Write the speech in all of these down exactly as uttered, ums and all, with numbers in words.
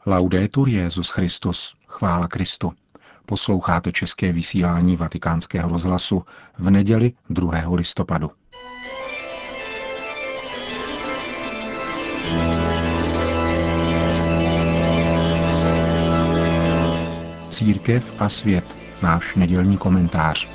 Laudetur Jesus Christus, chvála Kristu. Posloucháte české vysílání Vatikánského rozhlasu v neděli druhého listopadu. Církev a svět, náš nedělní komentář.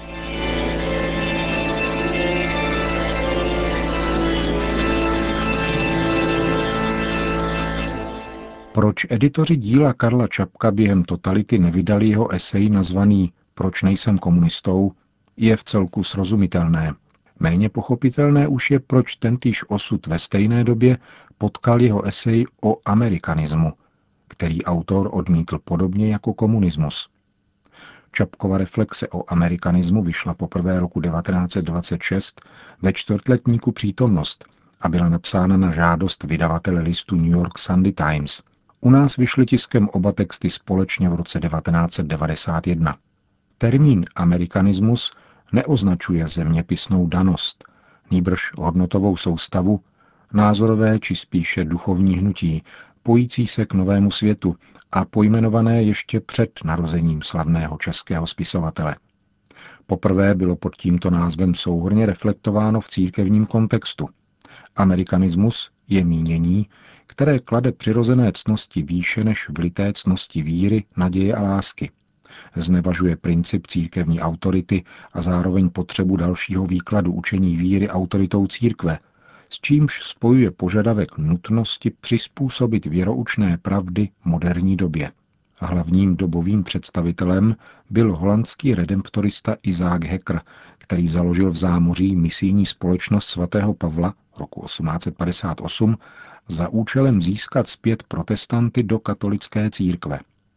Proč editoři díla Karla Čapka během totality nevydali jeho esej nazvaný Proč nejsem komunistou, je vcelku srozumitelné. Méně pochopitelné už je, proč tentýž osud ve stejné době potkal jeho esej o amerikanismu, který autor odmítl podobně jako komunismus. Čapkova reflexe o amerikanismu vyšla poprvé roku devatenáct set dvacet šest ve čtvrtletníku Přítomnost a byla napsána na žádost vydavatele listu New York Sunday Times. U nás vyšly tiskem oba texty společně v roce devatenáct set devadesát jedna. Termín amerikanismus neoznačuje zeměpisnou danost, nýbrž hodnotovou soustavu, názorové či spíše duchovní hnutí, pojící se k novému světu a pojmenované ještě před narozením slavného českého spisovatele. Poprvé bylo pod tímto názvem souhrnně reflektováno v církevním kontextu. Amerikanismus je mínění, které klade přirozené ctnosti výše než vlité ctnosti víry, naděje a lásky. Znevažuje princip církevní autority a zároveň potřebu dalšího výkladu učení víry autoritou církve, s čímž spojuje požadavek nutnosti přizpůsobit věroučné pravdy moderní době. Hlavním dobovým představitelem byl holandský redemptorista Isaac Hecker, který založil v zámoří misijní společnost svatého Pavla roku osmnáct set padesát osm za účelem získat zpět protestanty do katolické církve.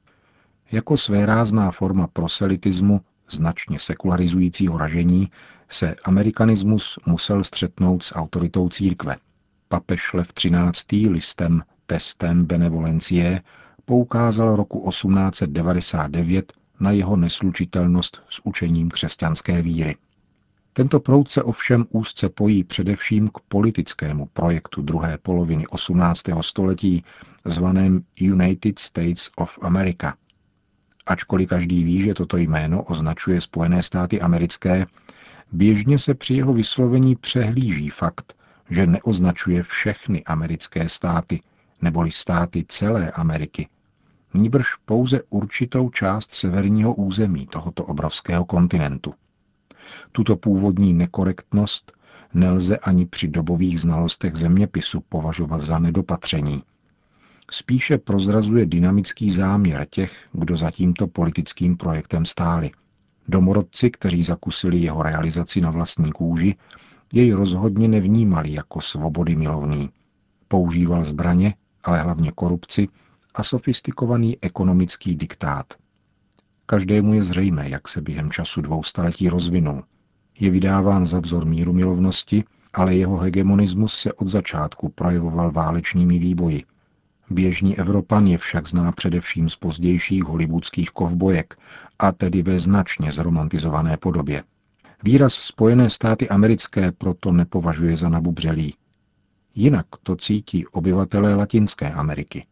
Jako svérázná forma proselitismu, značně sekularizujícího ražení, se amerikanismus musel střetnout s autoritou církve. Papež Lev třináctý listem Testem Benevolencie poukázal roku osmnáct set devadesát devět na jeho neslučitelnost s učením křesťanské víry. Tento proud se ovšem úzce pojí především k politickému projektu druhé poloviny osmnáctého století zvaném United States of America. Ačkoliv každý ví, že toto jméno označuje Spojené státy americké, běžně se při jeho vyslovení přehlíží fakt, že neoznačuje všechny americké státy, neboli státy celé Ameriky, nýbrž pouze určitou část severního území tohoto obrovského kontinentu. Tuto původní nekorektnost nelze ani při dobových znalostech zeměpisu považovat za nedopatření. Spíše prozrazuje dynamický záměr těch, kdo za tímto politickým projektem stáli. Domorodci, kteří zakusili jeho realizaci na vlastní kůži, jej rozhodně nevnímali jako svobody milovný. Používal zbraně, ale hlavně korupci a sofistikovaný ekonomický diktát. Každému je zřejmé, jak se během času dvou staletí rozvinul. Je vydáván za vzor mírumilovnosti, ale jeho hegemonismus se od začátku projevoval válečnými výboji. Běžný Evropan je však zná především z pozdějších hollywoodských kovbojek, a tedy ve značně zromantizované podobě. Výraz Spojené státy americké proto nepovažuje za nabubřelý. Jinak to cítí obyvatelé Latinské Ameriky.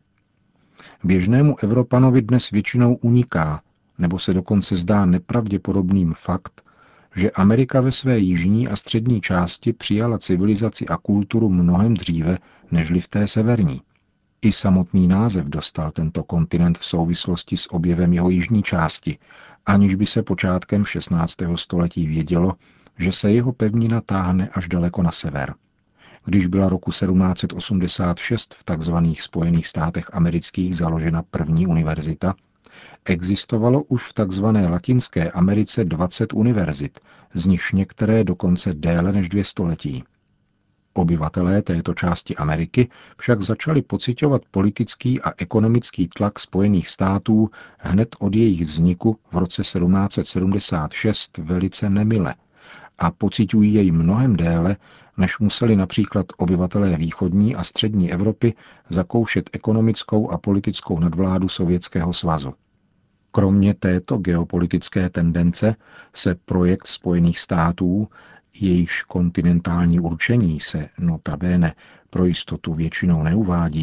Běžnému Evropanovi dnes většinou uniká, nebo se dokonce zdá nepravděpodobným fakt, že Amerika ve své jižní a střední části přijala civilizaci a kulturu mnohem dříve, nežli v té severní. I samotný název dostal tento kontinent v souvislosti s objevem jeho jižní části, aniž by se počátkem šestnáctého století vědělo, že se jeho pevnina táhne až daleko na sever. Když byla roku sedmnáct set osmdesát šest v tzv. Spojených státech amerických založena první univerzita, existovalo už v tzv. Latinské Americe dvacet univerzit, z nichž některé dokonce déle než dvě století. Obyvatelé této části Ameriky však začali pociťovat politický a ekonomický tlak Spojených států hned od jejich vzniku v roce sedmnáct set sedmdesát šest velice nemile a pociťují jej mnohem déle, než museli například obyvatelé východní a střední Evropy zakoušet ekonomickou a politickou nadvládu Sovětského svazu. Kromě této geopolitické tendence se projekt Spojených států, jejichž kontinentální určení se notabene pro jistotu většinou neuvádí,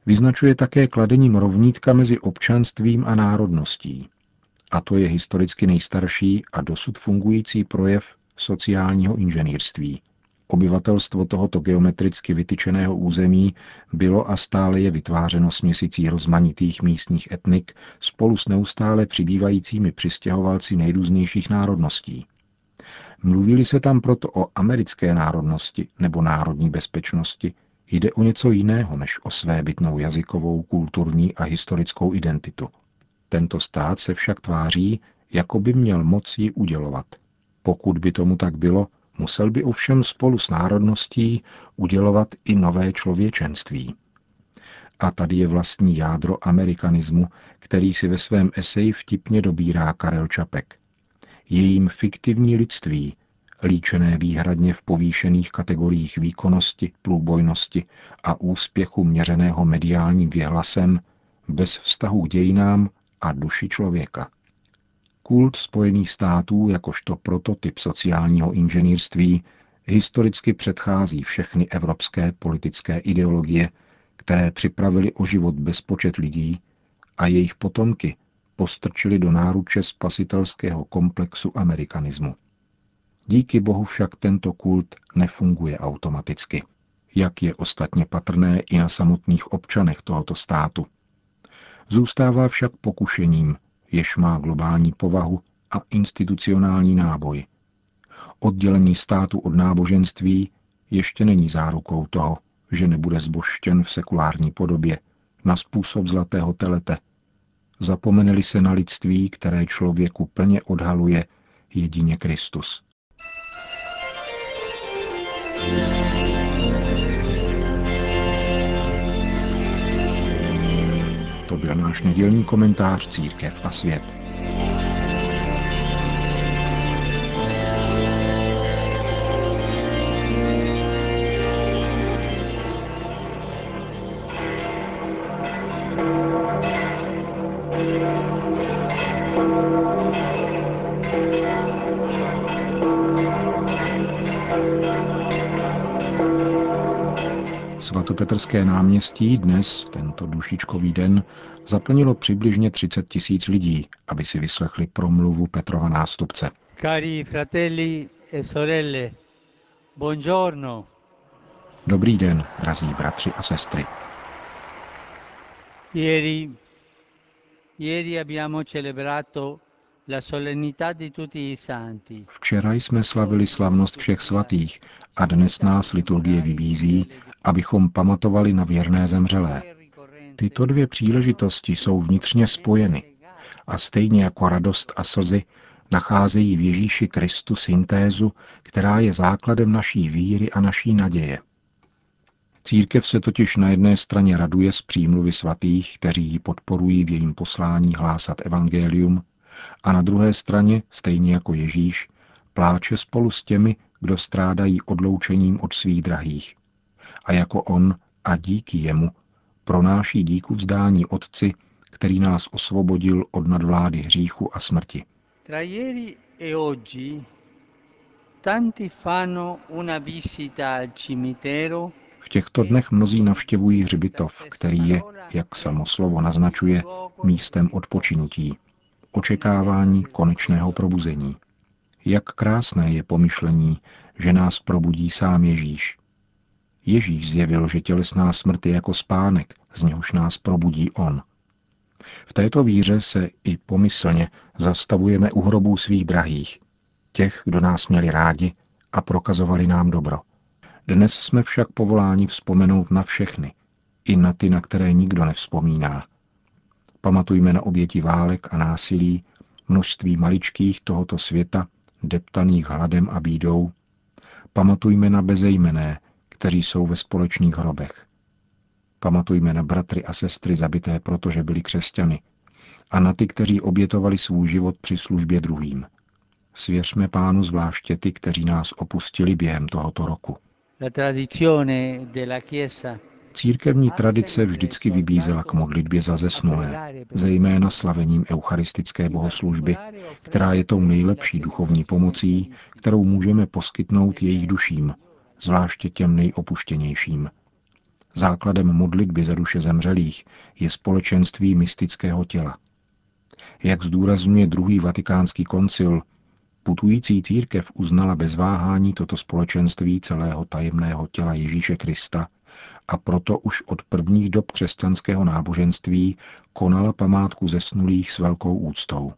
Vyznačuje také kladením rovnítka mezi občanstvím a národností. A to je historicky nejstarší a dosud fungující projev sociálního inženýrství. Obyvatelstvo tohoto geometricky vytyčeného území bylo a stále je vytvářeno směsicí rozmanitých místních etnik spolu s neustále přibývajícími přistěhovalci nejrůznějších národností. Mluvili se tam proto o americké národnosti nebo národní bezpečnosti, jde o něco jiného než o svébytnou jazykovou, kulturní a historickou identitu. Tento stát se však tváří, jako by měl moc ji udělovat. Pokud by tomu tak bylo, musel by ovšem spolu s národností udělovat i nové člověčenství. A tady je vlastní jádro amerikanismu, který si ve svém eseji vtipně dobírá Karel Čapek. Jejím fiktivní lidství, líčené výhradně v povýšených kategoriích výkonnosti, průbojnosti a úspěchu měřeného mediálním věhlasem, bez vztahu k dějinám a duši člověka. Kult Spojených států jakožto prototyp sociálního inženýrství historicky předchází všechny evropské politické ideologie, které připravily o život bezpočet lidí a jejich potomky postrčili do náruče spasitelského komplexu amerikanismu. Díky bohu však tento kult nefunguje automaticky, jak je ostatně patrné i na samotných občanech tohoto státu. Zůstává však pokušením, jež má globální povahu a institucionální náboj. Oddělení státu od náboženství ještě není zárukou toho, že nebude zbožštěn v sekulární podobě na způsob zlatého telete. Zapomeneli se na lidství, které člověku plně odhaluje jedině Kristus. To byl náš nedělní komentář Církev a svět. Svatopetrské náměstí dnes, v tento dušičkový den, zaplnilo přibližně třicet tisíc lidí, aby si vyslechli promluvu Petrova nástupce. Cari fratelli e sorelle, buongiorno. Dobrý den, drazí bratři a sestry. Ieri, ieri abbiamo celebrato la solennità di tutti i santi. Včera jsme slavili slavnost všech svatých a dnes nás liturgie vybízí, abychom pamatovali na věrné zemřelé. Tyto dvě příležitosti jsou vnitřně spojeny a stejně jako radost a slzy nacházejí v Ježíši Kristu syntézu, která je základem naší víry a naší naděje. Církev se totiž na jedné straně raduje z přímluvy svatých, kteří ji podporují v jejím poslání hlásat evangelium, a na druhé straně, stejně jako Ježíš, pláče spolu s těmi, kdo strádají odloučením od svých drahých. A jako on a díky jemu pronáší díku vzdání Otci, který nás osvobodil od nadvlády hříchu a smrti. Tra ieri e oggi tanti fanno una visita al cimitero. V těchto dnech mnozí navštěvují hřbitov, který je, jak samo slovo naznačuje, místem odpočinutí, očekávání konečného probuzení. Jak krásné je pomyšlení, že nás probudí sám Ježíš. Ježíš zjevil, že tělesná smrt je jako spánek, z něhož nás probudí on. V této víře se i pomyslně zastavujeme u hrobů svých drahých, těch, kdo nás měli rádi a prokazovali nám dobro. Dnes jsme však povoláni vzpomenout na všechny, i na ty, na které nikdo nevzpomíná. Pamatujme na oběti válek a násilí, množství maličkých tohoto světa, deptaných hladem a bídou. Pamatujme na bezejmenné, kteří jsou ve společných hrobech. Pamatujme na bratry a sestry zabité, protože byli křesťany, a na ty, kteří obětovali svůj život při službě druhým. Svěřme Pánu zvláště ty, kteří nás opustili během tohoto roku. Církevní tradice vždycky vybízela k modlitbě za zesnulé, zejména slavením eucharistické bohoslužby, která je tou nejlepší duchovní pomocí, kterou můžeme poskytnout jejich duším, zvláště těm nejopuštěnějším. Základem modlitby za duše zemřelých je společenství mystického těla. Jak zdůrazňuje druhý vatikánský koncil, putující církev uznala bez váhání toto společenství celého tajemného těla Ježíše Krista a proto už od prvních dob křesťanského náboženství konala památku zesnulých s velkou úctou.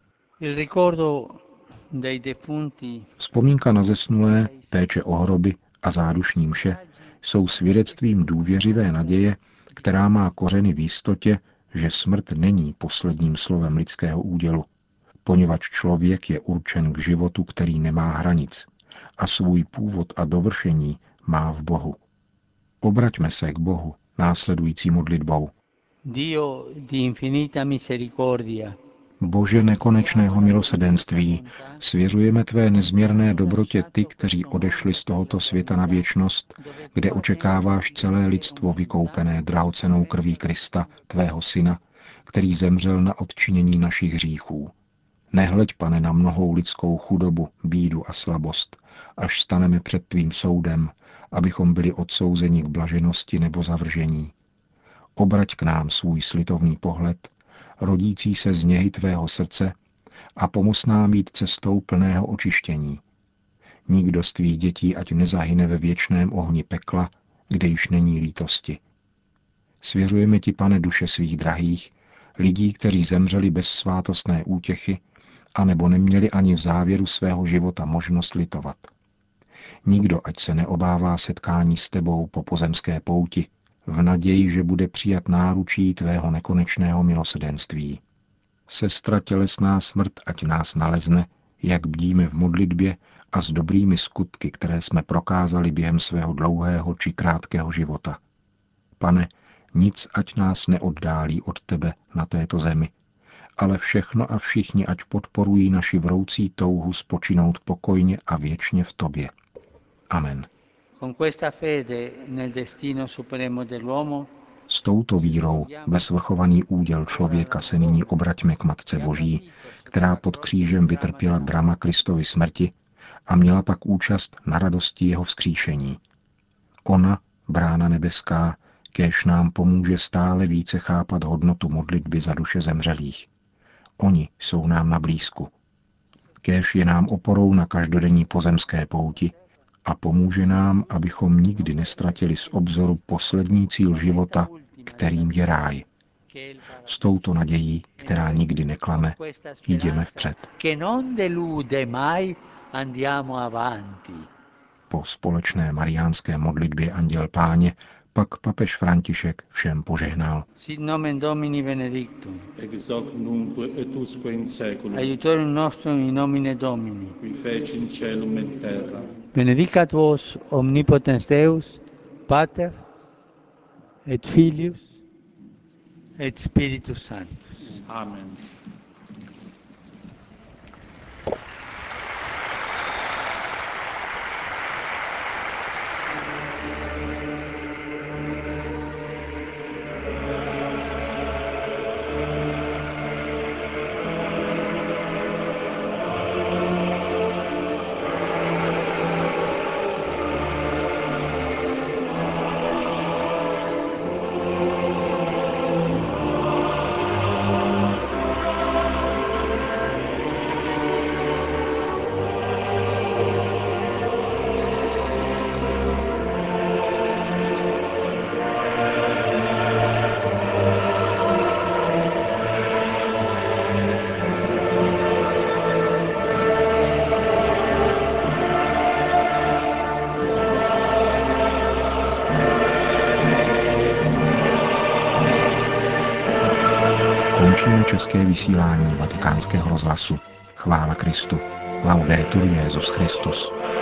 Vzpomínka na zesnulé, péče o hroby a zádušní mše jsou svědectvím důvěřivé naděje, která má kořeny v jistotě, že smrt není posledním slovem lidského údělu, poněvadž člověk je určen k životu, který nemá hranic a svůj původ a dovršení má v Bohu. Obraťme se k Bohu následující modlitbou. Dio di infinita misericordia, Bože nekonečného milosedenství, svěřujeme tvé nezměrné dobrotě ty, kteří odešli z tohoto světa na věčnost, kde očekáváš celé lidstvo vykoupené drahocennou krví Krista, tvého syna, který zemřel na odčinění našich hříchů. Nehleď, Pane, na mnohou lidskou chudobu, bídu a slabost, až staneme před tvým soudem, abychom byli odsouzeni k blaženosti nebo zavržení. Obrať k nám svůj slitovný pohled, rodící se z něhy tvého srdce, a pomoz nám jít cestou plného očištění. Nikdo z tvých dětí ať nezahyne ve věčném ohni pekla, kde již není lítosti. Svěřujeme ti, Pane, duše svých drahých, lidí, kteří zemřeli bez svátostné útěchy, anebo neměli ani v závěru svého života možnost litovat. Nikdo ať se neobává setkání s tebou po pozemské pouti, v naději, že bude přijat náručí tvého nekonečného milosedenství. Sestra tělesná smrt ať nás nalezne, jak bdíme v modlitbě a s dobrými skutky, které jsme prokázali během svého dlouhého či krátkého života. Pane, nic ať nás neoddálí od tebe na této zemi, ale všechno a všichni ať podporují naši vroucí touhu spočinout pokojně a věčně v tobě. Amen. S touto vírou ve svrchovaný úděl člověka se nyní obraťme k Matce Boží, která pod křížem vytrpěla drama Kristovy smrti a měla pak účast na radosti jeho vzkříšení. Ona, brána nebeská, kéž nám pomůže stále více chápat hodnotu modlitby za duše zemřelých. Oni jsou nám na blízku. Kéž je nám oporou na každodenní pozemské pouti a pomůže nám, abychom nikdy nestratili z obzoru poslední cíl života, kterým je ráj. S touto nadějí, která nikdy neklame, jdeme vpřed. Po společné mariánské modlitbě Anděl Páně pak papež František všem požehnal. Sit nomen Domini benedictum. Ex hoc nunc et usque in seculum. Aiutorium nostrum in nomine Domini. Qui feci in caelum et terra. Benedicat vos omnipotens Deus, Pater et Filius et Spiritus Sanctus. Amen. Končíme české vysílání Vatikánského rozhlasu. Chvála Kristu. Laudetur Jesus Christus.